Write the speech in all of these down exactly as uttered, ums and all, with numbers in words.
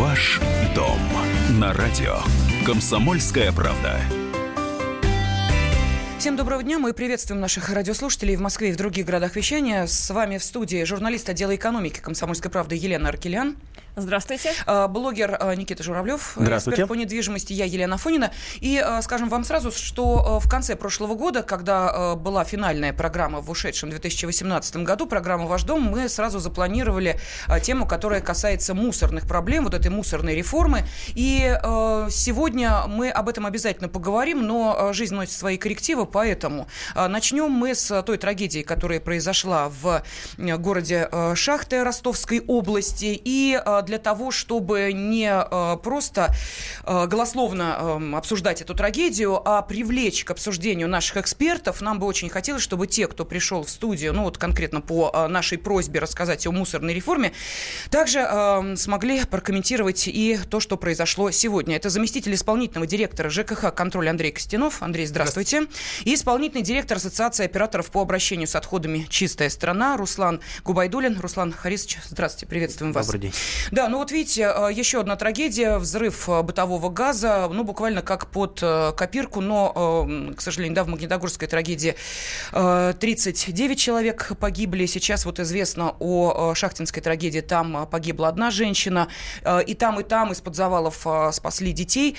Ваш дом на радио «Комсомольская правда». Всем доброго дня. Мы приветствуем наших радиослушателей в Москве и в других городах вещания. С вами в студии журналист отдела экономики «Комсомольской правды» Елена Аркелян. Здравствуйте. Блогер Никита Журавлев. Здравствуйте. Эксперт по недвижимости я, Елена Афонина. И скажем вам сразу, что в конце прошлого года, когда была финальная программа в ушедшем две тысячи восемнадцатом году, программа «Ваш дом», мы сразу запланировали тему, которая касается мусорных проблем, вот этой мусорной реформы. И сегодня мы об этом обязательно поговорим, но жизнь носит свои коррективы, поэтому начнем мы с той трагедии, которая произошла в городе Шахты Ростовской области. И для того, чтобы не просто голословно обсуждать эту трагедию, а привлечь к обсуждению наших экспертов, нам бы очень хотелось, чтобы те, кто пришел в студию, ну вот конкретно по нашей просьбе рассказать о мусорной реформе, также смогли прокомментировать и то, что произошло сегодня. Это заместитель исполнительного директора ЖКХ «Контроль» Андрей Костянов. Андрей, здравствуйте. И исполнительный директор Ассоциации операторов по обращению с отходами «Чистая страна» Руслан Губайдуллин. Руслан Харисович, здравствуйте, приветствуем вас. Добрый день. Да, ну вот видите, еще одна трагедия, взрыв бытового газа, ну буквально как под копирку, но, к сожалению, да, в Магнитогорской трагедии тридцать девять человек погибли. Сейчас вот известно о шахтинской трагедии, там погибла одна женщина, и там, и там из-под завалов спасли детей.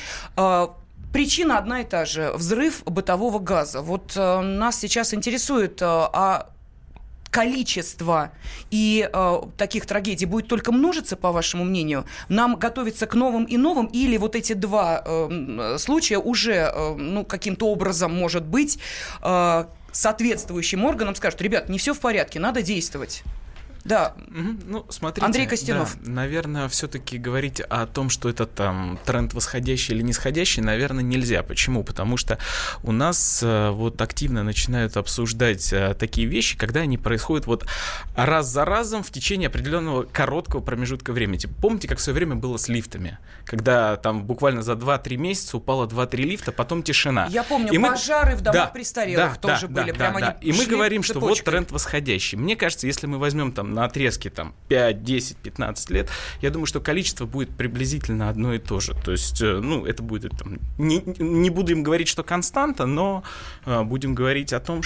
Причина одна и та же – взрыв бытового газа. Вот нас сейчас интересует, а количество и э, таких трагедий будет только множиться, по вашему мнению? Нам готовиться к новым и новым? Или вот эти два э, случая уже э, ну, каким-то образом, может быть, э, соответствующим органам скажут: ребят, не все в порядке, надо действовать? Да. Угу. Ну, смотрите, Андрей Костянов. Да, наверное, все-таки говорить о том, что это там тренд восходящий или нисходящий, наверное, нельзя. Почему? Потому что у нас э, вот активно начинают обсуждать э, такие вещи, когда они происходят вот раз за разом в течение определенного короткого промежутка времени. Типа, помните, как в свое время было с лифтами? Когда там буквально за два-три месяца упало два-три лифта, потом тишина. Я помню, и пожары мы... в домах да, престарелых да, тоже да, были. Да, Прямо да, они да. И мы говорим, что цепочкой. вот тренд восходящий. Мне кажется, если мы возьмем там на отрезке там, пять, десять, пятнадцать лет, я думаю, что количество будет приблизительно одно и то же. То есть, ну, это будет, там, не, не будем говорить, что константа, но э, будем говорить о том,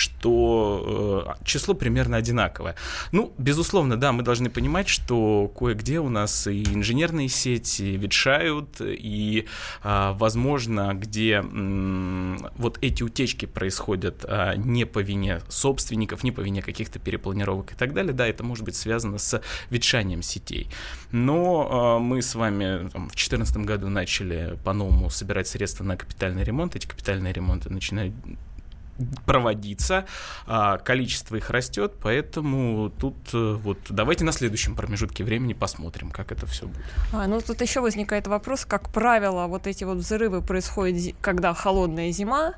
что э, число примерно одинаковое. Ну, безусловно, да, мы должны понимать, что кое-где у нас и инженерные сети ветшают, и, э, возможно, где э, вот эти утечки происходят э, не по вине собственников, не по вине каких-то перепланировок и так далее, да, это может быть связано с ветшанием сетей. Но э, мы с вами там, в две тысячи четырнадцатом году начали по-новому собирать средства на капитальный ремонт. Эти капитальные ремонты начинают проводиться, э, количество их растет, поэтому тут э, вот давайте на следующем промежутке времени посмотрим, как это все будет. А, ну тут еще возникает вопрос, как правило, вот эти вот взрывы происходят, когда холодная зима.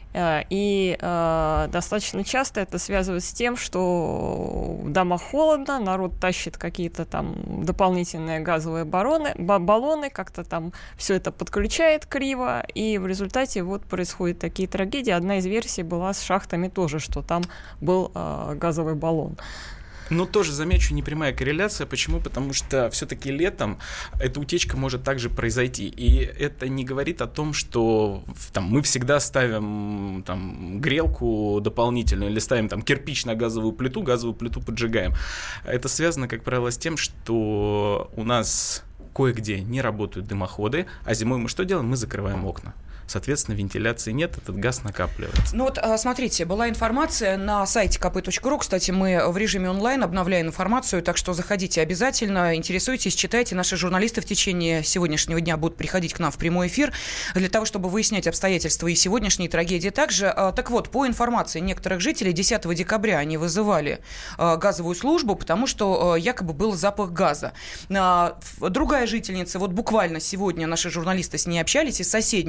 И э, достаточно часто это связывается с тем, что в домах холодно, народ тащит какие-то там дополнительные газовые баллоны, баллоны, как-то там все это подключает криво, и в результате вот происходят такие трагедии. Одна из версий была с шахтами тоже, что там был э, газовый баллон. Ну, тоже, замечу, непрямая корреляция. Почему? Потому что все-таки летом эта утечка может также произойти. И это не говорит о том, что там, мы всегда ставим там, грелку дополнительную или ставим там, кирпич на газовую плиту, газовую плиту поджигаем. Это связано, как правило, с тем, что у нас кое-где не работают дымоходы, а зимой мы что делаем? Мы закрываем окна. Соответственно, вентиляции нет, этот газ накапливается. Ну вот, смотрите, была информация на сайте ка пэ точка ру. Кстати, мы в режиме онлайн обновляем информацию, так что заходите обязательно, интересуйтесь, читайте. Наши журналисты в течение сегодняшнего дня будут приходить к нам в прямой эфир для того, чтобы выяснять обстоятельства и сегодняшней трагедии также. Так вот, по информации некоторых жителей, десятого декабря они вызывали газовую службу, потому что якобы был запах газа. Другая жительница, вот буквально сегодня наши журналисты с ней общались, из соседнего дома,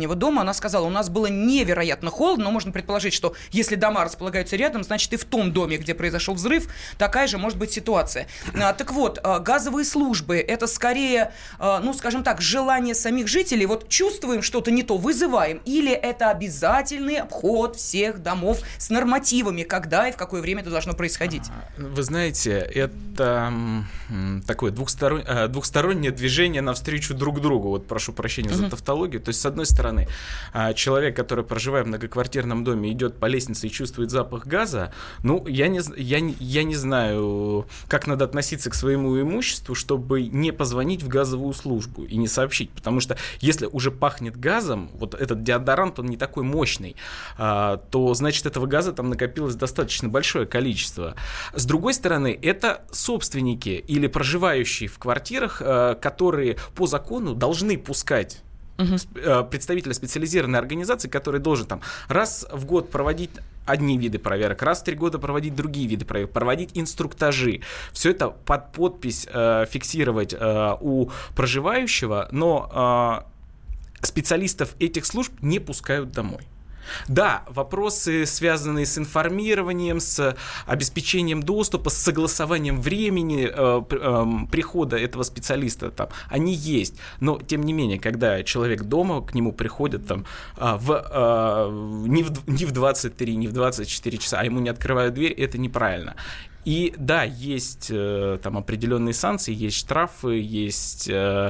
она сказала, у нас было невероятно холодно, но можно предположить, что если дома располагаются рядом, значит, и в том доме, где произошел взрыв, такая же может быть ситуация. А, так вот, газовые службы, это скорее, ну, скажем так, желание самих жителей, вот чувствуем что-то не то, вызываем, или это обязательный обход всех домов с нормативами, когда и в какое время это должно происходить? Вы знаете, это такое двухсторон... двухстороннее движение навстречу друг другу. Вот прошу прощения за тавтологию. То есть, с одной стороны, человек, который, проживая в многоквартирном доме, идет по лестнице и чувствует запах газа, ну, я не, я, я не знаю, как надо относиться к своему имуществу, чтобы не позвонить в газовую службу и не сообщить. Потому что если уже пахнет газом, вот этот деодорант, он не такой мощный, то, значит, этого газа там накопилось достаточно большое количество. С другой стороны, это собственники или проживающие в квартирах, которые по закону должны пускать uh-huh. представителя специализированной организации, который должен там раз в год проводить одни виды проверок, раз в три года проводить другие виды проверок, проводить инструктажи. Все это под подпись э, фиксировать э, у проживающего, но э, специалистов этих служб не пускают домой. Да, вопросы, связанные с информированием, с обеспечением доступа, с согласованием времени э, э, прихода этого специалиста, там, они есть. Но, тем не менее, когда человек дома, к нему приходят там, э, в, э, не, в, не в двадцать три, не в двадцать четыре часа, а ему не открывают дверь, это неправильно. И да, есть э, там определенные санкции, есть штрафы, есть э,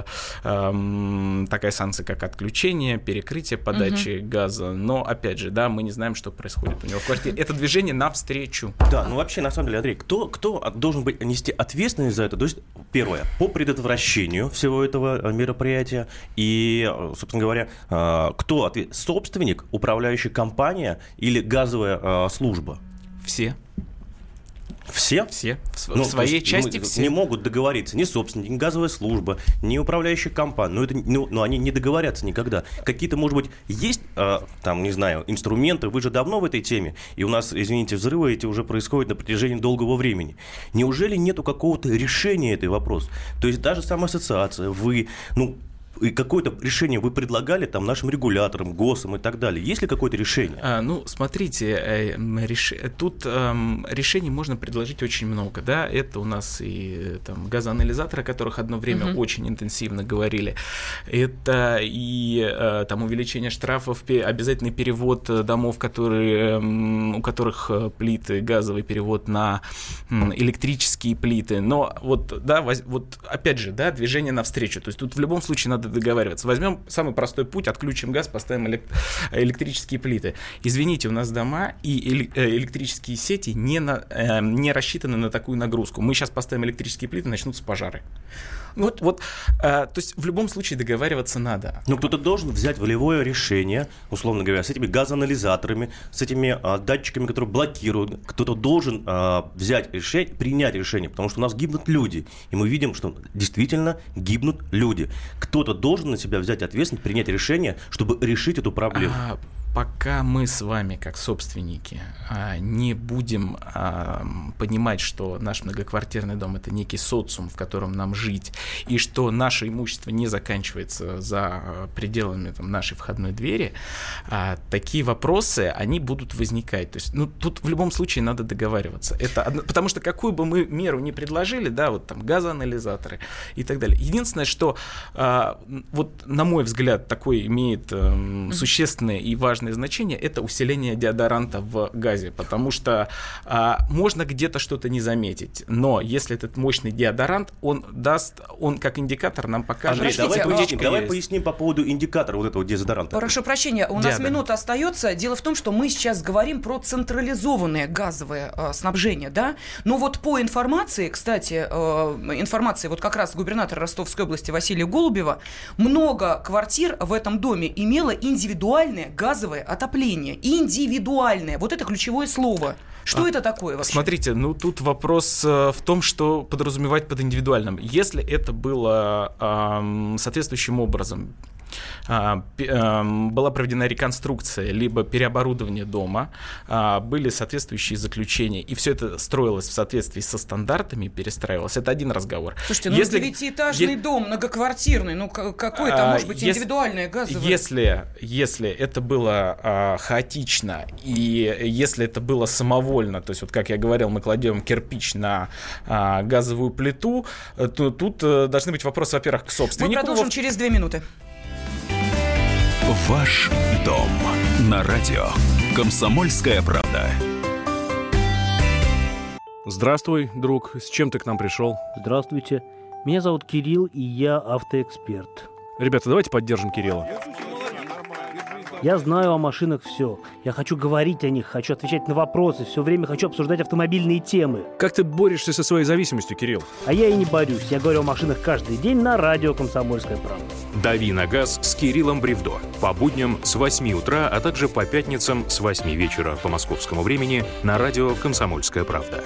э, такая санкция, как отключение, перекрытие подачи угу. газа. Но, опять же, да, мы не знаем, что происходит у него в квартире. Это движение навстречу. Да, ну вообще, на самом деле, Андрей, кто, кто должен быть, нести ответственность за это? То есть, первое, по предотвращению всего этого мероприятия. И, собственно говоря, кто ответ... собственник, управляющая компания или газовая служба? Все. Все? Все. В, ну, в своей части все. Не могут договориться ни собственники, ни газовая служба, ни управляющая компания. Но, это, ну, но они не договорятся никогда. Какие-то, может быть, есть, э, там, не знаю, инструменты. Вы же давно в этой теме. И у нас, извините, взрывы эти уже происходят на протяжении долгого времени. Неужели нету какого-то решения этого вопроса? То есть даже сама ассоциация, вы, ну... И какое-то решение вы предлагали там нашим регуляторам, ГОСам и так далее? Есть ли какое-то решение? А, ну, смотрите, э, реш... тут э, решений можно предложить очень много, да, это у нас и там газоанализаторы, о которых одно время uh-huh. очень интенсивно говорили, это и э, там увеличение штрафов, обязательный перевод домов, которые, э, у которых плиты, газовый перевод на э, электрические плиты, но вот, да, воз... вот опять же, да, движение навстречу, то есть тут в любом случае надо договариваться. Возьмем самый простой путь, отключим газ, поставим элект... электрические плиты. Извините, у нас дома и электрические сети не, на... не рассчитаны на такую нагрузку. Мы сейчас поставим электрические плиты, начнутся пожары. Вот, вот, э, то есть в любом случае договариваться надо. Но кто-то должен взять волевое решение, условно говоря, с этими газоанализаторами, с этими э, датчиками, которые блокируют. Кто-то должен э, взять решение, принять решение, потому что у нас гибнут люди. И мы видим, что действительно гибнут люди. Кто-то должен на себя взять ответственность, принять решение, чтобы решить эту проблему. А, пока мы с вами, как собственники, а, не будем а, понимать, что наш многоквартирный дом – это некий социум, в котором нам жить, и что наше имущество не заканчивается за пределами там, нашей входной двери, а, такие вопросы, они будут возникать. То есть, ну, тут в любом случае надо договариваться. Это одно, потому что какую бы мы меру ни предложили, да, вот там газоанализаторы и так далее. Единственное, что а, вот на мой взгляд такой имеет а, mm-hmm. существенное и важное значение, это усиление деодоранта в газе, потому что а, можно где-то что-то не заметить, но если этот мощный деодорант, он даст, он как индикатор нам покажет. Андрей, давай, поясним, давай поясним по поводу индикатора вот этого дезодоранта. Прошу прощения, у нас Диада. минута остается. Дело в том, что мы сейчас говорим про централизованное газовое э, снабжение, да, но вот по информации, кстати, э, информации вот как раз губернатора Ростовской области Василия Голубева, много квартир в этом доме имело индивидуальное газовое отопление. Индивидуальное. Вот это ключевое слово. Что а, это такое вообще? Смотрите, ну тут вопрос э, в том, что подразумевать под индивидуальным. Если это было э, соответствующим образом была проведена реконструкция, либо переоборудование дома, были соответствующие заключения, и все это строилось в соответствии со стандартами, перестраивалось. Это один разговор. Слушайте, ну если, девятиэтажный е... дом, многоквартирный, ну какой там может быть индивидуальное газовое? Если, если это было а, хаотично, и если это было самовольно, то есть вот как я говорил, мы кладем кирпич на а, газовую плиту, то тут а, должны быть вопросы, во-первых, к собственнику. Мы продолжим через две минуты. Ваш дом на радио «Комсомольская правда». Здравствуй, друг. С чем ты к нам пришел? Здравствуйте. Меня зовут Кирилл, и я автоэксперт. Ребята, давайте поддержим Кирилла. Я знаю о машинах все. Я хочу говорить о них, хочу отвечать на вопросы, все время хочу обсуждать автомобильные темы. Как ты борешься со своей зависимостью, Кирилл? А я и не борюсь. Я говорю о машинах каждый день на радио «Комсомольская правда». «Дави на газ» с Кириллом Бревдо. По будням с восьми утра, а также по пятницам с восьми вечера по московскому времени на радио «Комсомольская правда».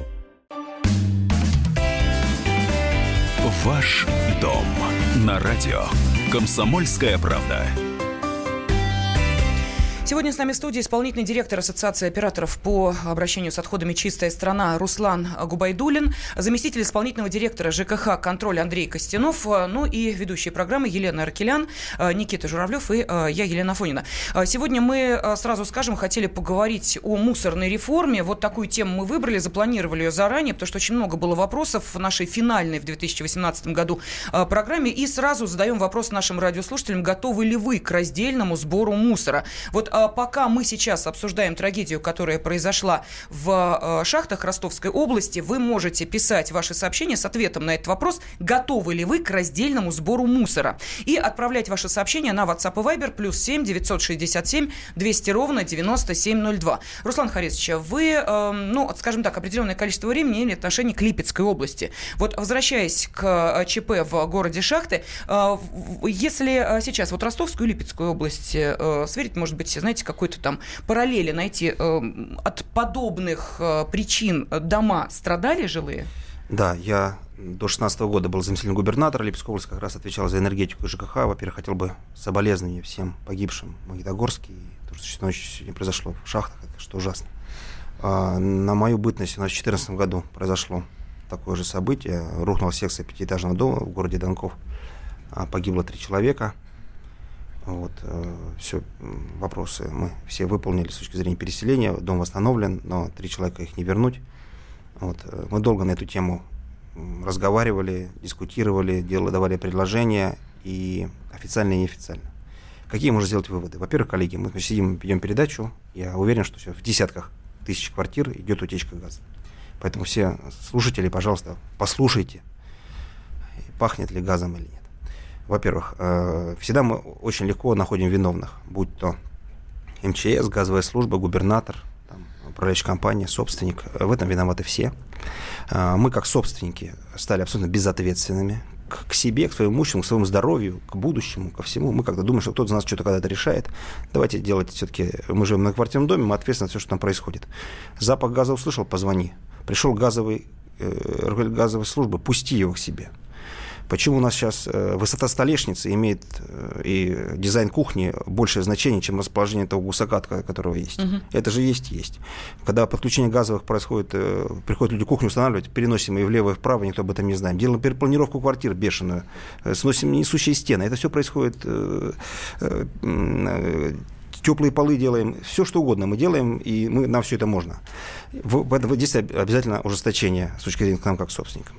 Ваш дом на радио «Комсомольская правда». Сегодня с нами в студии исполнительный директор Ассоциации операторов по обращению с отходами «Чистая страна» Руслан Губайдуллин, заместитель исполнительного директора ЖКХ «Контроль» Андрей Костянов, ну и ведущие программы Елена Аркелян, Никита Журавлев и я, Елена Афонина. Сегодня мы, сразу скажем, хотели поговорить о мусорной реформе. Вот такую тему мы выбрали, запланировали ее заранее, потому что очень много было вопросов в нашей финальной в две тысячи восемнадцатом году программе. И сразу задаем вопрос нашим радиослушателям, готовы ли вы к раздельному сбору мусора? Вот пока мы сейчас обсуждаем трагедию, которая произошла в шахтах Ростовской области, вы можете писать ваши сообщения с ответом на этот вопрос, готовы ли вы к раздельному сбору мусора. И отправлять ваши сообщения на WhatsApp и Viber плюс семь девятьсот шестьдесят семь двести ровно девяносто семь ноль два. Руслан Харисович, вы, э, ну, скажем так, определенное количество времени имели отношение к Липецкой области. Вот, возвращаясь к ЧП в городе Шахты, э, если сейчас вот Ростовскую и Липецкую область э, сверить, может быть, знаете, какой-то там параллели найти, э, от подобных э, причин дома страдали жилые? Да, я до шестнадцатого года был заместителем губернатора Липецкой области, как раз отвечал за энергетику и ЖКХ. Во-первых, хотел бы соболезнования всем погибшим в Магнитогорске. И то, что ночью сегодня произошло в шахтах, это что ужасно. А, на мою бытность у нас в две тысячи четырнадцатом году произошло такое же событие. Рухнула секция пятиэтажного дома в городе Донков. А, погибло три человека. Вот, э, все вопросы мы все выполнили с точки зрения переселения. Дом восстановлен, но три человека их не вернуть. Вот, э, мы долго на эту тему разговаривали, дискутировали, делали, давали предложения, и официально и неофициально. Какие можно сделать выводы? Во-первых, коллеги, мы сидим, ведем передачу. Я уверен, что все, в десятках тысяч квартир идет утечка газа. Поэтому все слушатели, пожалуйста, послушайте, пахнет ли газом или нет. Во-первых, всегда мы очень легко находим виновных, будь то эм че эс, газовая служба, губернатор, там, управляющая компания, собственник. В этом виноваты все. Мы, как собственники, стали абсолютно безответственными к себе, к своему имуществу, к своему здоровью, к будущему, ко всему. Мы как-то думаем, что кто-то из нас что-то когда-то решает. Давайте делать все-таки... Мы живем на квартирном доме, мы ответственны за все, что там происходит. Запах газа услышал, позвони. Пришел газовый, э, газовая служба, пусти его к себе. Почему у нас сейчас э, высота столешницы имеет э, и дизайн кухни большее значение, чем расположение того гусака, которого есть? Uh-huh. Это же есть, есть. Когда подключение газовых происходит, э, приходят люди кухню устанавливать, переносим ее влево и вправо, никто об этом не знает. Делаем перепланировку квартир бешеную, э, сносим несущие стены. Это все происходит... Э, э, э, теплые полы делаем, все что угодно мы делаем, и мы, нам все это можно. В, в этом здесь обязательно ужесточение с точки зрения к нам как собственникам.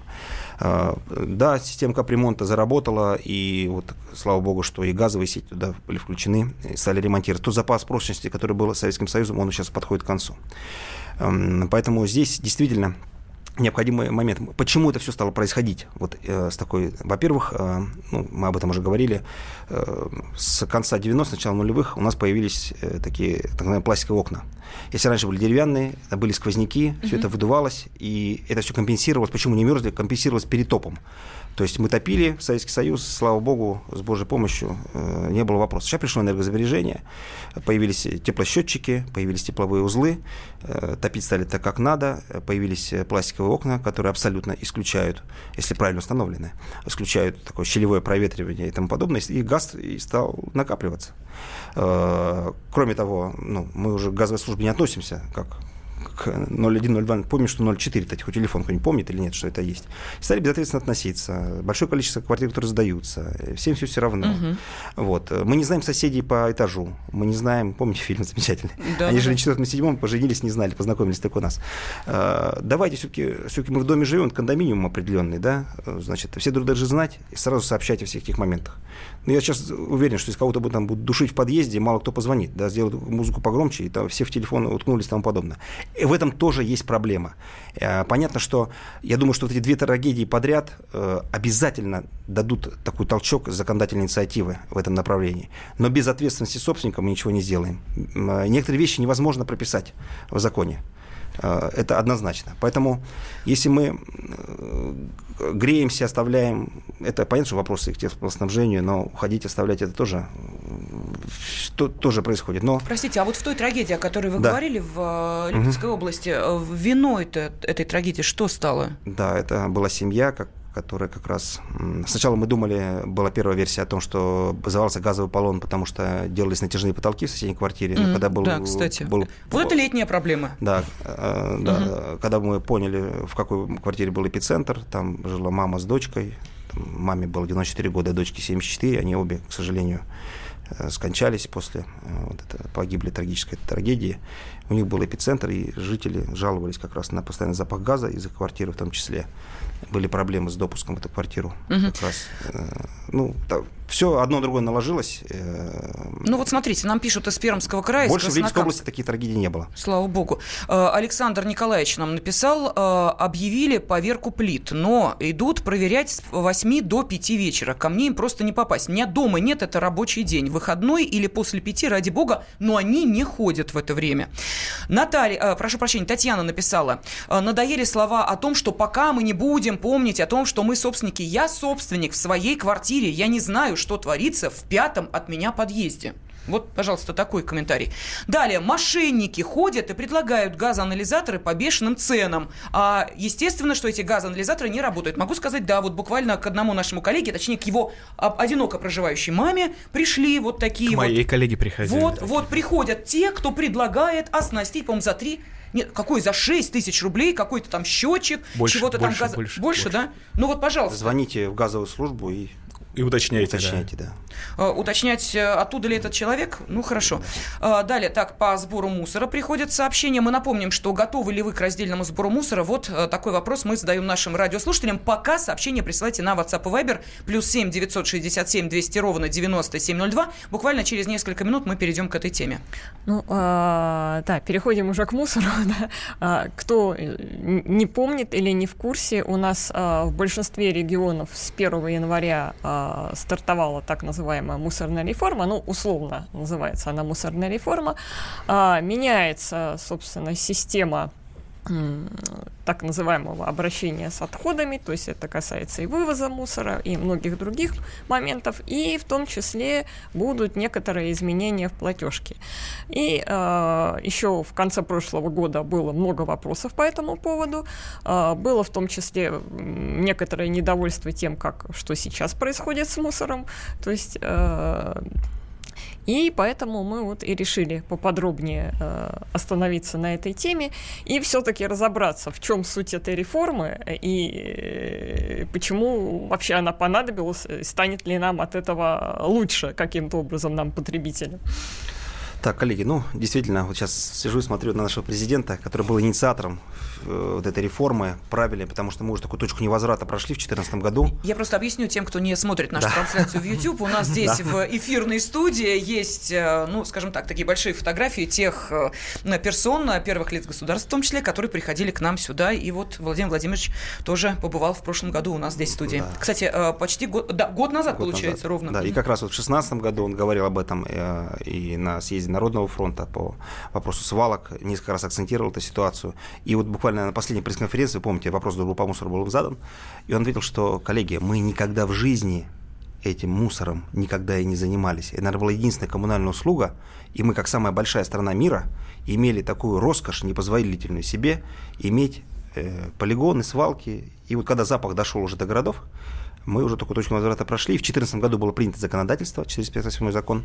Да, система капремонта заработала, и вот, слава богу, что и газовые сети туда были включены, и стали ремонтировать. Тот запас прочности, который был Советским Союзом, он сейчас подходит к концу. Поэтому здесь действительно необходимый момент. Почему это все стало происходить? Вот э, с такой, во-первых, э, ну, мы об этом уже говорили, э, с конца девяностых, начала нулевых у нас появились э, такие, так называемые, пластиковые окна. Если раньше были деревянные, были сквозняки, mm-hmm. все это выдувалось, и это все компенсировалось. Почему не мерзли? Компенсировалось перетопом. То есть мы топили Советский Союз, слава богу, с Божьей помощью э, не было вопросов. Сейчас пришло энергосбережение, появились теплосчетчики, появились тепловые узлы, э, топить стали так, как надо, появились пластиковые окна, которые абсолютно исключают, если правильно установлены, исключают такое щелевое проветривание и тому подобное, и газ и стал накапливаться. Э, кроме того, ну, мы уже к газовой службе не относимся, как к ноль один ноль два, помню, что ноль четыре, кстати, хоть телефон кто-нибудь помнит или нет, что это есть. И стали безответственно относиться. Большое количество квартир, которые сдаются. Всем все все равно. Uh-huh. Вот. Мы не знаем соседей по этажу. Мы не знаем, помните фильм замечательный? Да, Они да. жили на четвертом и седьмом, поженились, не знали, познакомились только у нас. Давайте все-таки, все-таки мы в доме живем, кондоминиум определенный, да? Значит, все друг должны знать и сразу сообщать о всех этих моментах. Но я сейчас уверен, что если кого-то там будут душить в подъезде, мало кто позвонит, да, сделают музыку погромче, и там все в телефон уткнулись и тому подобное. И в этом тоже есть проблема. Понятно, что я думаю, что вот эти две трагедии подряд обязательно дадут такой толчок законодательной инициативы в этом направлении. Но без ответственности собственника мы ничего не сделаем. Некоторые вещи невозможно прописать в законе. Это однозначно. Поэтому, если мы греемся, оставляем... Это, понятно, что вопросы к теплоснабжению, но уходить, оставлять это тоже, что, тоже происходит. Но... Простите, а вот в той трагедии, о которой вы да. говорили в Липецкой угу. области, виной этой трагедии что стало? Да, это была семья, как которая как раз... Сначала мы думали, была первая версия о том, что вызывался газовый баллон, потому что делались натяжные потолки в соседней квартире. Mm, но когда был, да, кстати. Был, вот это летняя проблема. Да, э, да mm-hmm. когда мы поняли, в какой квартире был эпицентр, там жила мама с дочкой, там, маме было девяносто четыре года, дочке семьдесят четыре, они обе, к сожалению, скончались после вот это, погибли трагической трагедии. У них был эпицентр, и жители жаловались как раз на постоянный запах газа из их квартиры в том числе. Были проблемы с допуском в эту квартиру. Uh-huh. Как раз, э, ну, так, все одно другое наложилось. Э, ну вот смотрите, нам пишут из Пермского края. Больше в Липецкой области таких трагедий не было. Слава богу. Александр Николаевич нам написал, объявили поверку плит, но идут проверять с восьми до пяти вечера. Ко мне им просто не попасть. У меня дома нет, это рабочий день. Выходной или после пяти, ради бога, но они не ходят в это время. Наталья, прошу прощения, Татьяна написала, надоели слова о том, что пока мы не будем помнить о том, что мы собственники. Я собственник в своей квартире. Я не знаю, что творится в пятом от меня подъезде. Вот, пожалуйста, такой комментарий. Далее. Мошенники ходят и предлагают газоанализаторы по бешеным ценам. А естественно, что эти газоанализаторы не работают. Могу сказать, да, вот буквально к одному нашему коллеге, точнее, к его одиноко проживающей маме пришли вот такие к вот... моей коллеге приходили. Вот, вот приходят те, кто предлагает оснастить, по-моему, за три... Нет, какой за шесть тысяч рублей, какой-то там счетчик, больше, чего-то больше, там... Газ... Больше, больше, больше, да? Ну вот, пожалуйста. Звоните в газовую службу и... И уточняйте, уточняйте да. да. Uh, уточнять, оттуда ли этот человек? Ну, хорошо. Uh, далее, так, по сбору мусора приходят сообщения. Мы напомним, что готовы ли вы к раздельному сбору мусора? Вот uh, такой вопрос мы задаем нашим радиослушателям. Пока сообщения присылайте на WhatsApp и Viber. Плюс семь девятьсот шестьдесят семь двести ровно девяносто семь ноль два. Буквально через несколько минут мы перейдем к этой теме. Ну, а, да, переходим уже к мусору. Да. А, кто не помнит или не в курсе, у нас а, в большинстве регионов с первого января а, стартовала так называемая мусорная реформа, ну, условно называется она мусорная реформа, а, меняется, собственно, система так называемого обращения с отходами, то есть это касается и вывоза мусора, и многих других моментов, и в том числе будут некоторые изменения в платежке. И э, еще в конце прошлого года было много вопросов по этому поводу, э, было в том числе некоторое недовольство тем, как, что сейчас происходит с мусором, то есть... Э, И поэтому мы вот и решили поподробнее э, остановиться на этой теме и все-таки разобраться, в чем суть этой реформы и э, почему вообще она понадобилась, станет ли нам от этого лучше каким-то образом, нам, потребителям. Так, коллеги, ну, действительно, вот сейчас сижу и смотрю на нашего президента, который был инициатором э, вот этой реформы, правильно, потому что мы уже такую точку невозврата прошли в две тысячи четырнадцатом году. Я просто объясню тем, кто не смотрит нашу да. трансляцию в YouTube. У нас здесь да. в эфирной студии есть, ну, скажем так, такие большие фотографии тех персон, первых лиц государства, в том числе, которые приходили к нам сюда. И вот Владимир Владимирович тоже побывал в прошлом году у нас здесь в студии. Да. Кстати, почти год, да, год назад, год получается, назад. ровно. Да, и как раз вот в две тысячи шестнадцатом году он говорил об этом и на съезде Народного фронта по вопросу свалок, несколько раз акцентировал эту ситуацию. И вот буквально на последней пресс-конференции, вы помните, вопрос по мусору был задан, и он ответил, что, коллеги, мы никогда в жизни этим мусором никогда и не занимались. Это, наверное, была единственная коммунальная услуга, и мы, как самая большая страна мира, имели такую роскошь непозволительную себе иметь э, полигоны, свалки. И вот когда запах дошел уже до городов, мы уже такую точку возврата прошли. В две тысячи четырнадцатом году было принято законодательство, четыреста пятьдесят восьмой закон,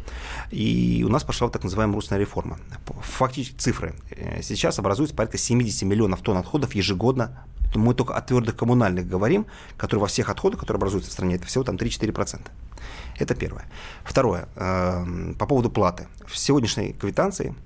и у нас пошла вот так называемая русская реформа. Фактически цифры. Сейчас образуется порядка семьдесят миллионов тонн отходов ежегодно. Мы только о твердых коммунальных говорим, которые во всех отходах, которые образуются в стране, это всего там три-четыре процента. Это первое. Второе. По поводу платы. В сегодняшней квитанции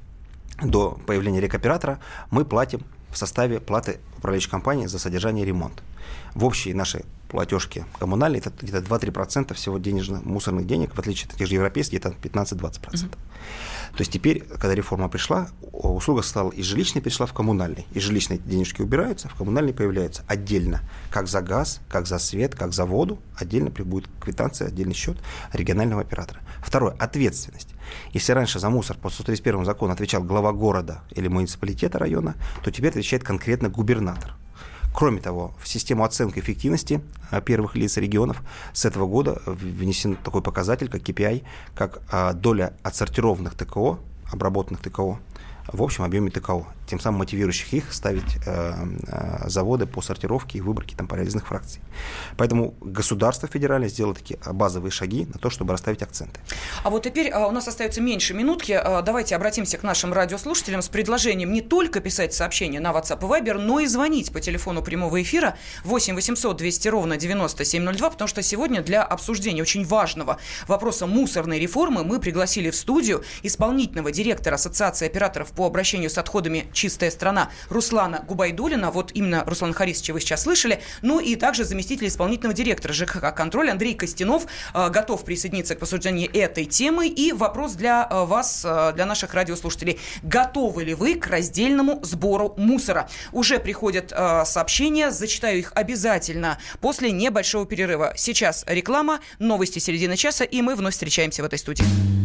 до появления рекоператора мы платим в составе платы управляющей компании за содержание и ремонт. В общей нашей платежке коммунальной это где-то два-три процента всего денежных мусорных денег, в отличие от тех же европейских, где-то пятнадцать-двадцать процентов. Mm-hmm. То есть теперь, когда реформа пришла, услуга стала из жилищной перешла в коммунальный. Из жилищной денежки убираются, в коммунальной появляются отдельно. Как за газ, как за свет, как за воду. Отдельно будет квитанция, отдельный счет регионального оператора. Второе. Ответственность. Если раньше за мусор по сто тридцать первому закону отвечал глава города или муниципалитета района, то теперь отвечает конкретно губернатор. Кроме того, в систему оценки эффективности первых лиц регионов с этого года внесен такой показатель, как кей пи ай, как доля отсортированных ТКО, обработанных ТКО в общем объеме ТКО, тем самым мотивирующих их ставить э, э, заводы по сортировке и выборке там, полезных фракций. Поэтому государство федеральное сделало такие базовые шаги на то, чтобы расставить акценты. А вот теперь а, у нас остается меньше минутки. А, давайте обратимся к нашим радиослушателям с предложением не только писать сообщения на WhatsApp и Viber, но и звонить по телефону прямого эфира восемь восемьсот двести ровно девяносто семь ноль два, потому что сегодня для обсуждения очень важного вопроса мусорной реформы мы пригласили в студию исполнительного директора Ассоциации операторов по обращению с отходами «Чистая страна» Руслана Губайдуллина. Вот именно Руслана Харисовича вы сейчас слышали. Ну и также заместитель исполнительного директора ЖКХ «Контроль» Андрей Костянов э, готов присоединиться к обсуждению этой темы. И вопрос для э, вас, э, для наших радиослушателей. Готовы ли вы к раздельному сбору мусора? Уже приходят э, сообщения, зачитаю их обязательно после небольшого перерыва. Сейчас реклама, новости середины часа, и мы вновь встречаемся в этой студии.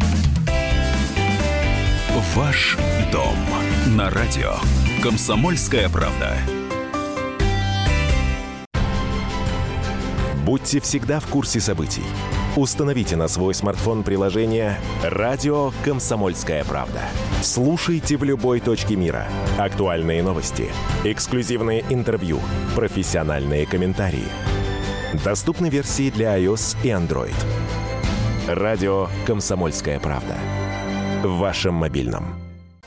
Ваш дом на радио «Комсомольская правда». Будьте всегда в курсе событий. Установите на свой смартфон приложение «Радио Комсомольская правда». Слушайте в любой точке мира. Актуальные новости, эксклюзивные интервью, профессиональные комментарии. Доступны версии для iOS и Android. «Радио Комсомольская правда». В вашем мобильном.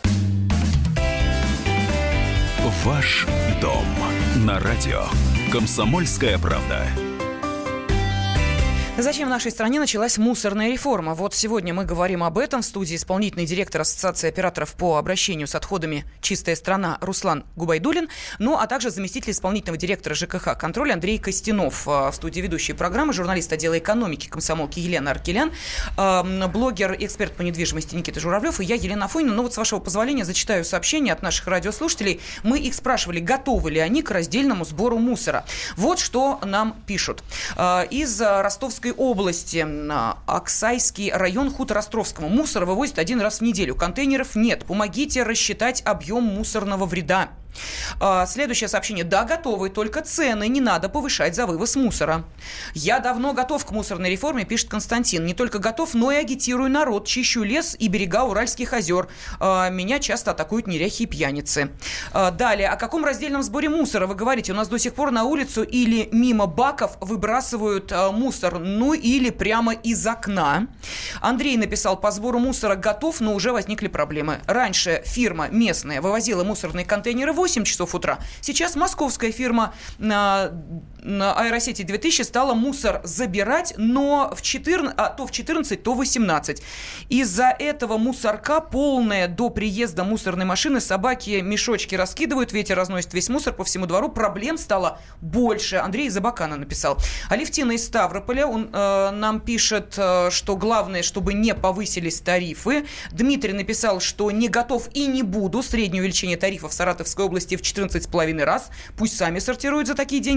Ваш дом на радио «Комсомольская правда». Зачем в нашей стране началась мусорная реформа? Вот сегодня мы говорим об этом. В студии исполнительный директор Ассоциации операторов по обращению с отходами «Чистая страна» Руслан Губайдуллин, ну а также заместитель исполнительного директора ЖКХ «Контроль» Андрей Костянов. В студии ведущие программы журналист отдела экономики комсомолки Елена Аркелян, блогер, эксперт по недвижимости Никита Журавлев и я, Елена Афонина. Ну вот, с вашего позволения, зачитаю сообщения от наших радиослушателей. Мы их спрашивали, готовы ли они к раздельному сбору мусора. Вот что нам пишут. Из Ростовской области, Аксайский район, хутор Островского. Мусор вывозят один раз в неделю. Контейнеров нет. Помогите рассчитать объем мусорного вреда. Следующее сообщение. Да, готовы, только цены не надо повышать за вывоз мусора. Я давно готов к мусорной реформе, пишет Константин. Не только готов, но и агитирую народ. Чищу лес и берега Уральских озер. Меня часто атакуют неряхи и пьяницы. Далее. О каком раздельном сборе мусора вы говорите? У нас до сих пор на улицу или мимо баков выбрасывают мусор, ну или прямо из окна. Андрей написал, по сбору мусора готов, но уже возникли проблемы. Раньше фирма местная вывозила мусорные контейнеры в восемь часов утра. Сейчас московская фирма на, на Аэросети две тысячи стала мусор забирать, но в четырнадцать, а, то в четырнадцать, то в восемнадцать. Из-за этого мусорка полная до приезда мусорной машины. Собаки мешочки раскидывают, ветер разносит весь мусор по всему двору. Проблем стало больше. Андрей из Абакана написал. Алевтина из Ставрополя, он э, нам пишет, э, что главное, чтобы не повысились тарифы. Дмитрий написал, что не готов и не буду. Среднее увеличение тарифов в Саратовской области в четырнадцать с половиной раз. Пусть сами сортируют за такие деньги. Ну,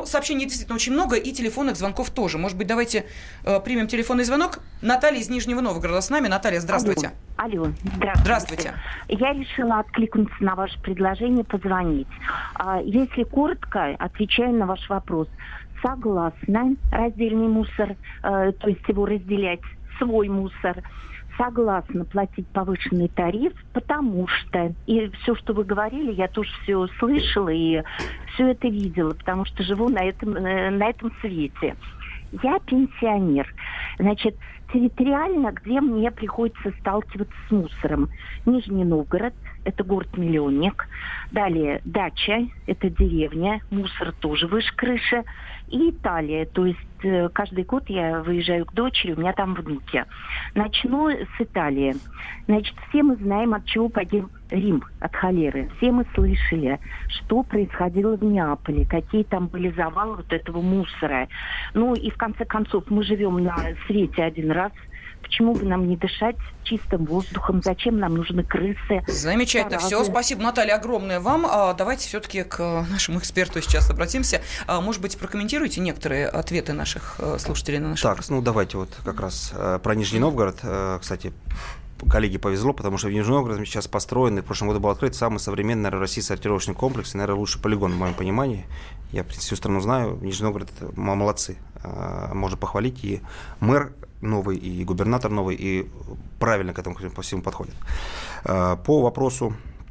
сообщений действительно очень много, и телефонных звонков тоже. Может быть, давайте э, примем телефонный звонок. Наталья из Нижнего Новгорода с нами. Наталья, здравствуйте. Алло, алло, здравствуйте. Здравствуйте. Я решила откликнуться на ваше предложение позвонить. Если коротко, отвечаю на ваш вопрос. Согласна, раздельный мусор, э, то есть его разделять, свой мусор. Согласна платить повышенный тариф, потому что, и все, что вы говорили, я тоже все слышала и все это видела, потому что живу на этом, на этом свете. Я пенсионер. Значит, территориально, где мне приходится сталкиваться с мусором. Нижний Новгород, это город-миллионник. Далее дача, это деревня, мусор тоже выше крыши. И Италия, то есть э, каждый год я выезжаю к дочери, у меня там внуки. Начну с Италии. Значит, все мы знаем, от чего погиб Рим, от холеры. Все мы слышали, что происходило в Неаполе, какие там были завалы вот этого мусора. Ну и в конце концов, мы живем на свете один раз. Почему бы нам не дышать чистым воздухом? Зачем нам нужны крысы? Замечательно. Все, спасибо, Наталья, огромное вам. А, давайте все-таки к нашему эксперту сейчас обратимся. А, может быть, прокомментируете некоторые ответы наших слушателей на наш Так, вопрос? ну давайте вот как раз э, про Нижний Новгород. Э, кстати, коллеге повезло, потому что в Нижнем Новгороде сейчас построен, и в прошлом году был открыт самый современный, наверное, в России сортировочный комплекс, и, наверное, лучший полигон, в моем понимании. Я, в принципе, всю страну знаю. Нижний Новгород – это молодцы. Э, можно похвалить. И мэр новый, и губернатор новый, и правильно к этому по всему подходит. По вопросу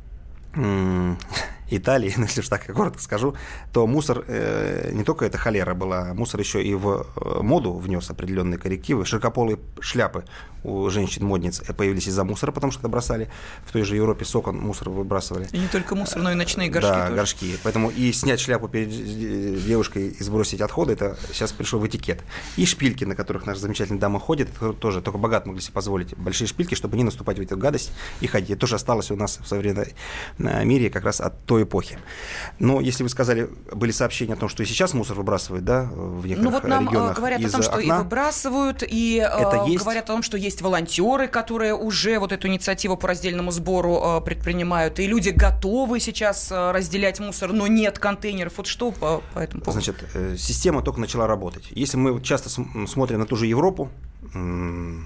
Италии, если уж так коротко скажу, то мусор, э, не только это холера была, мусор еще и в моду внес определенные коррективы. Широкополые шляпы у женщин-модниц появились из-за мусора, потому что когда бросали в той же Европе с окон мусор выбрасывали. И не только мусор, но и ночные горшки. Да, тоже. горшки. Поэтому и снять шляпу перед девушкой и сбросить отходы, это сейчас пришло в этикет. И шпильки, на которых наша замечательная дама ходит, это тоже только богатые могли себе позволить большие шпильки, чтобы не наступать в эту гадость и ходить. Это тоже осталось у нас в современном мире как раз от той эпохи. Но если вы сказали, были сообщения о том, что и сейчас мусор выбрасывают, да, в некоторых ну, вот нам регионах говорят о том, что окна. И выбрасывают, и это э, есть. Говорят о том, что есть волонтеры, которые уже вот эту инициативу по раздельному сбору э, предпринимают, и люди готовы сейчас э, разделять мусор, но нет контейнеров. Вот что по, по этому поводу? Значит, э, система только начала работать. Если мы часто см- смотрим на ту же Европу, м-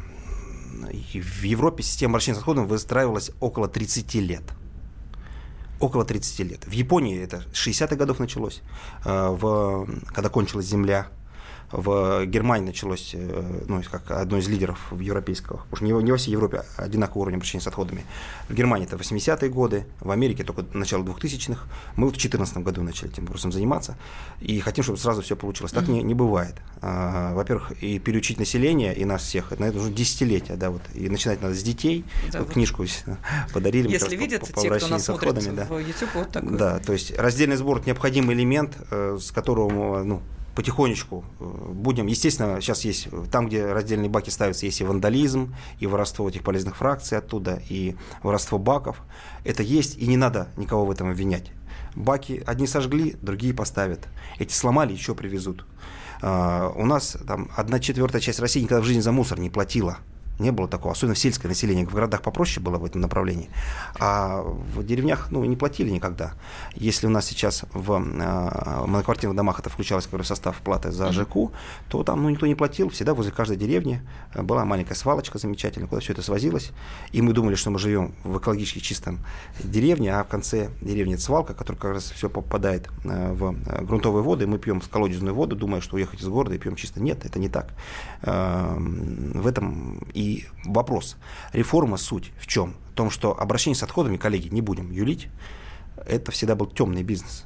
в Европе система обращения с отходом выстраивалась около тридцать лет. Около тридцать лет. В Японии это с шестидесятых годов началось, в, когда кончилась земля. В Германии началось, ну, как одно из лидеров в европейского, потому что не, не во всей Европе одинаковый уровень обращения с отходами. В Германии это восьмидесятые годы, в Америке только начало двухтысячных. Мы вот в две тысячи четырнадцатом году начали этим вопросом заниматься и хотим, чтобы сразу все получилось. Так mm-hmm. не, не бывает. А, во-первых, и переучить население, и нас всех, на это уже десятилетия, да, вот, и начинать надо с детей. Да, вот, вот. Книжку подарили. Если видят по, по те, кто нас смотрит да. в YouTube, вот такой. Да, то есть раздельный сбор – необходимый элемент, с которого, ну, потихонечку будем. Естественно, сейчас есть, там, где раздельные баки ставятся, есть и вандализм, и воровство этих полезных фракций оттуда, и воровство баков. Это есть, и не надо никого в этом обвинять. Баки одни сожгли, другие поставят. Эти сломали, еще привезут. Uh, у нас там одна четвертая часть России никогда в жизни за мусор не платила. Не было такого, особенно в сельское население. В городах попроще было в этом направлении. А в деревнях, ну, не платили никогда. Если у нас сейчас в э, многоквартирных домах это включалось в состав платы за ЖКУ, то там, ну, никто не платил. Всегда возле каждой деревни была маленькая свалочка замечательная, куда все это свозилось. И мы думали, что мы живем в экологически чистом деревне, а в конце деревни это свалка, которая как раз все попадает э, в грунтовые воды. Мы пьем колодезную воду, думая, что уехать из города и пьем чисто. Нет, это не так. Э, в этом и И вопрос. Реформа суть в чем? В том, что обращение с отходами, коллеги, не будем юлить, это всегда был темный бизнес.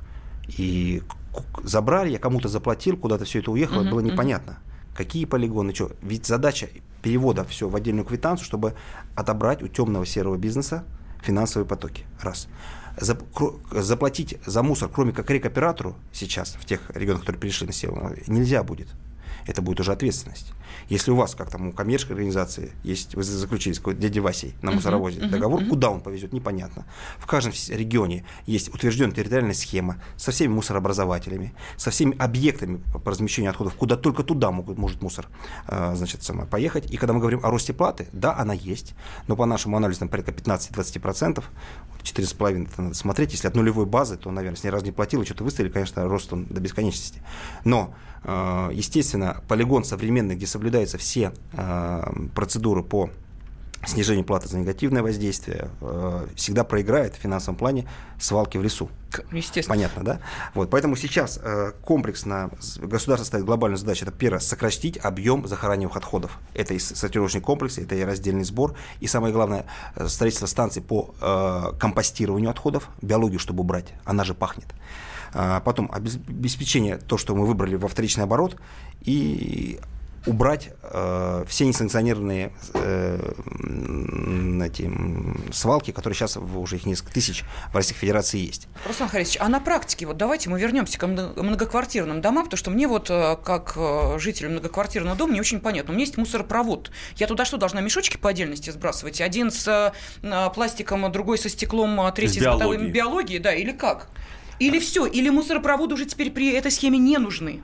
И забрали, я кому-то заплатил, куда-то все это уехало, uh-huh, было непонятно. Uh-huh. Какие полигоны, что. Ведь задача перевода все в отдельную квитанцию, чтобы отобрать у темного серого бизнеса финансовые потоки. Раз. Заплатить за мусор, кроме как рекоператору сейчас, в тех регионах, которые перешли на север, нельзя будет. Это будет уже ответственность. Если у вас, как там у коммерческой организации, есть, вы заключили с какой-то дядей Васей на мусоровозе uh-huh, договор, uh-huh. куда он повезет, непонятно. В каждом регионе есть утвержденная территориальная схема со всеми мусорообразователями, со всеми объектами по размещению отходов, куда только туда могут, может мусор значит, поехать. И когда мы говорим о росте платы, да, она есть, но по нашему анализу там порядка пятнадцать-двадцать процентов, четыре с половиной процента надо смотреть. Если от нулевой базы, то, наверное, если ни разу не платил и что-то выставили, конечно, рост он до бесконечности. Но, естественно, полигон современный, где соблюдаются все процедуры по снижению платы за негативное воздействие, всегда проиграет в финансовом плане свалки в лесу. Естественно. Понятно, да? Вот, поэтому сейчас комплексно государство ставит глобальную задачу. Это, первое, сократить объем захораниваемых отходов. Это и сортировочный комплекс, это и раздельный сбор, и самое главное, строительство станций по компостированию отходов, биологию, чтобы убрать, она же пахнет. Потом обеспечение, то, что мы выбрали во вторичный оборот, и убрать э, все несанкционированные э, эти, свалки, которые сейчас уже их несколько тысяч в Российской Федерации есть. Руслан Харисович, а на практике, вот давайте мы вернемся к многоквартирным домам, потому что мне вот, как жителю многоквартирного дома, не очень понятно. У меня есть мусоропровод. Я туда что, должна мешочки по отдельности сбрасывать? Один с пластиком, другой со стеклом, третий с бытовой биологией, да, или как? Или все, или мусоропроводы уже теперь при этой схеме не нужны?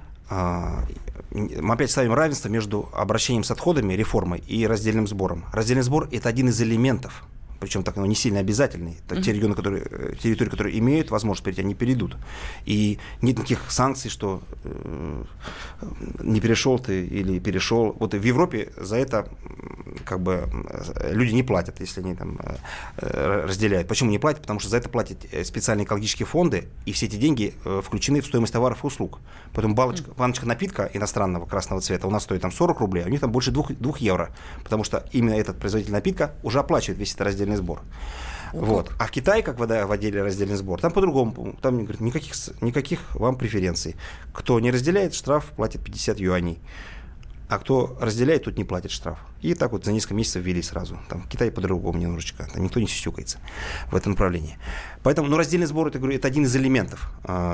Мы опять ставим равенство между обращением с отходами, реформой, и раздельным сбором. Раздельный сбор – это один из элементов, причем так, ну, не сильно обязательный. Mm-hmm. Те регионы, которые, территории, которые имеют возможность перейти, они перейдут. И нет никаких санкций, что э, не перешел ты или перешел. Вот в Европе за это как бы люди не платят, если они там э, разделяют. Почему не платят? Потому что за это платят специальные экологические фонды, и все эти деньги э, включены в стоимость товаров и услуг. Поэтому баночка, баночка напитка иностранного красного цвета у нас стоит там сорок рублей, а у них там больше двух евро, потому что именно этот производитель напитка уже оплачивает весь этот раздельный сбор. Вот. А в Китае, как вводили раздельный сбор, там по-другому. Там говорят, никаких, никаких вам преференций. Кто не разделяет, штраф платит пятьдесят юаней. А кто разделяет, тут не платит штраф. И так вот за несколько месяцев ввели сразу. Там в Китае по-другому немножечко. Там никто не сюсюкается в этом направлении. Поэтому, ну, раздельный сбор, это, говорю, это один из элементов.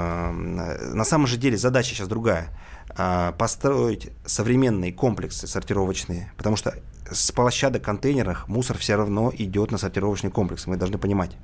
На самом же деле задача сейчас другая. Построить современные комплексы сортировочные, потому что с площадок контейнерах мусор все равно идет на сортировочный комплекс. Мы должны понимать.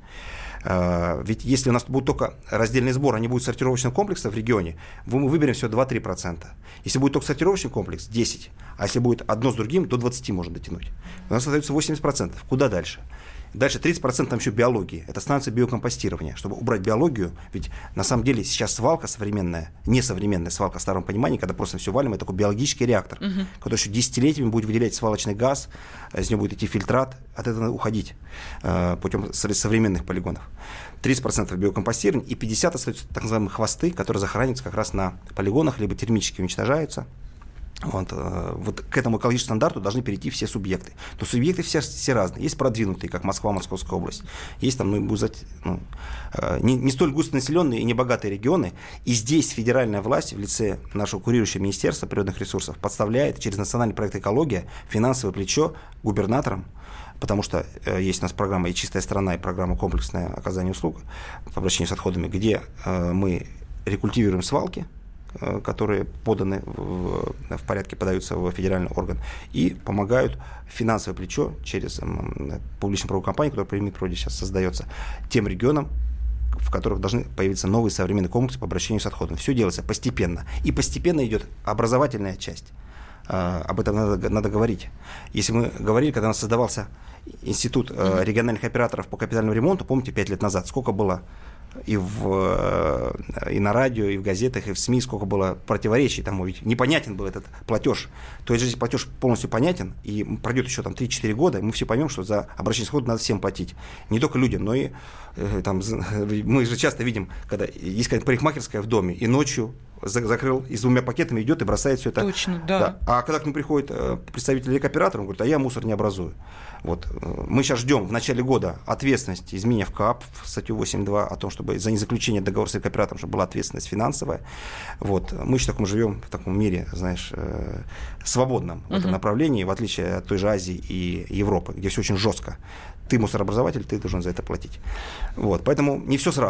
Ведь если у нас будет только раздельный сбор, а не будет сортировочного комплекса в регионе, мы выберем всего два-три процента. Если будет только сортировочный комплекс, десять процентов. А если будет одно с другим, до двадцать процентов можно дотянуть. У нас остается восемьдесят процентов. Куда дальше? Дальше тридцать процентов там еще биологии. Это станция биокомпостирования. Чтобы убрать биологию, ведь на самом деле сейчас свалка современная, несовременная свалка в старом понимании, когда просто все валим, это такой биологический реактор, uh-huh. который еще десятилетиями будет выделять свалочный газ, из него будет идти фильтрат, от этого надо уходить э, путем современных полигонов. тридцать процентов биокомпостирования и пятьдесят процентов остаются так называемые хвосты, которые захораниваются как раз на полигонах, либо термически уничтожаются. Вот, вот к этому экологическому стандарту должны перейти все субъекты. Но субъекты все, все разные. Есть продвинутые, как Москва, Московская область. Есть там ну, ну, не, не столь густонаселенные и небогатые регионы. И здесь федеральная власть в лице нашего курирующего Министерства природных ресурсов подставляет через национальный проект «Экология» финансовое плечо губернаторам, потому что э, есть у нас программа «И чистая страна», и программа «Комплексное оказание услуг» по обращению с отходами, где э, мы рекультивируем свалки, которые поданы в, в порядке, подаются в федеральный орган, и помогают финансовое плечо через м, публичную правовую компанию, которая при Минприроде сейчас создается, тем регионам, в которых должны появиться новые современные комплексы по обращению с отходами. Все делается постепенно. И постепенно идет образовательная часть. А, об этом надо, надо говорить. Если мы говорили, когда у нас создавался институт а, региональных операторов по капитальному ремонту, помните, пять лет назад, сколько было и, в, и на радио, и в газетах, и в СМИ, сколько было противоречий, тому ведь непонятен был этот платеж. То есть, если платеж полностью понятен, и пройдет еще там три-четыре года, мы все поймем, что за обращение с отходом надо всем платить. Не только людям, но и э, там, мы же часто видим, когда есть какая-то парикмахерская в доме, и ночью закрыл и с двумя пакетами идет и бросает все это. Точно, да. да. А когда к нему приходит представитель рекоператора, он говорит, а я мусор не образую. Вот. Мы сейчас ждем в начале года ответственности, изменения в КАП, в статью восемь два, о том, чтобы за незаключение договора с рекоператором, чтобы была ответственность финансовая. Вот. Мы еще так живем в таком мире, знаешь, свободном в этом uh-huh. направлении, в отличие от той же Азии и Европы, где все очень жестко. Ты мусорообразователь, ты должен за это платить. Вот. Поэтому не все сразу.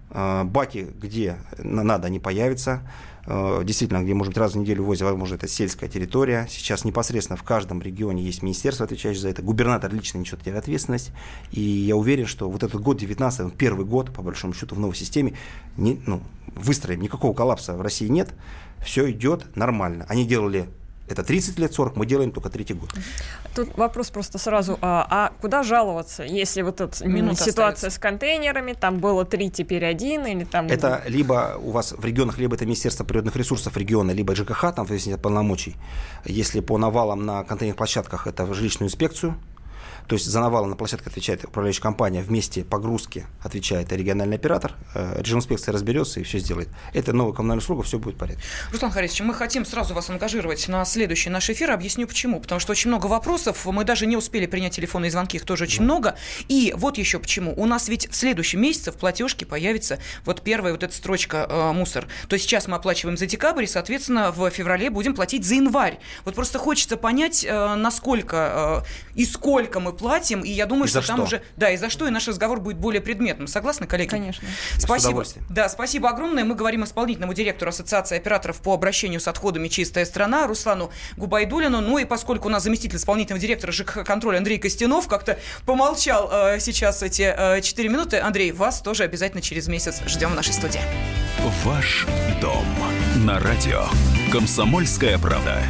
Баки, где надо, они появятся. Действительно, где, может быть, раз в неделю возят, возможно, это сельская территория. Сейчас непосредственно в каждом регионе есть министерство, отвечающее за это. Губернатор лично несет ответственность. И я уверен, что вот этот год, девятнадцатый, первый год, по большому счету, в новой системе, не, ну, выстроим, никакого коллапса в России нет. Все идет нормально. Они делали это тридцать лет, сорок, мы делаем только третий год. Тут вопрос просто сразу, а, а куда жаловаться, если вот эта Минута ситуация остается с контейнерами, там было три, теперь один, или там... Это либо у вас в регионах, либо это Министерство природных ресурсов региона, либо ЖКХ, там, в зависимости от полномочий. Если по навалам на контейнерных площадках, это в жилищную инспекцию. То есть за навалы на площадке отвечает управляющая компания, вместе погрузки отвечает региональный оператор, режим инспекции разберется и все сделает. Это новая коммунальная услуга, все будет в порядке. Руслан Харисович, мы хотим сразу вас ангажировать на следующий наш эфир. Объясню почему. Потому что очень много вопросов, мы даже не успели принять телефонные звонки, их тоже очень да. много. И вот еще почему. У нас ведь в следующем месяце в платежке появится вот первая вот эта строчка э, «мусор». То есть сейчас мы оплачиваем за декабрь, и, соответственно, в феврале будем платить за январь. Вот просто хочется понять, э, насколько э, и сколько мы платим, и я думаю, и что там что? уже... Да, и за что, и наш разговор будет более предметным. Согласны, коллеги? Конечно. Спасибо. Да, спасибо огромное. Мы говорим исполнительному директору Ассоциации операторов по обращению с отходами «Чистая страна» Руслану Губайдуллину. Ну и поскольку у нас заместитель исполнительного директора ЖКХ-контроля Андрей Костянов как-то помолчал э, сейчас эти э, четыре минуты, Андрей, вас тоже обязательно через месяц ждем в нашей студии. Ваш дом на радио «Комсомольская правда».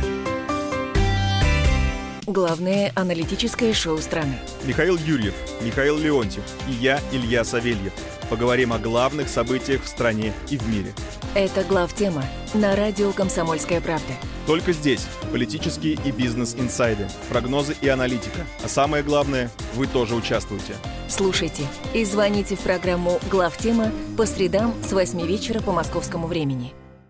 Главное аналитическое шоу страны. Михаил Юрьев, Михаил Леонтьев и я, Илья Савельев. Поговорим о главных событиях в стране и в мире. Это главтема на радио «Комсомольская правда». Только здесь политические и бизнес-инсайды, прогнозы и аналитика. А самое главное, вы тоже участвуете. Слушайте и звоните в программу «Главтема» по средам с восьми вечера по московскому времени.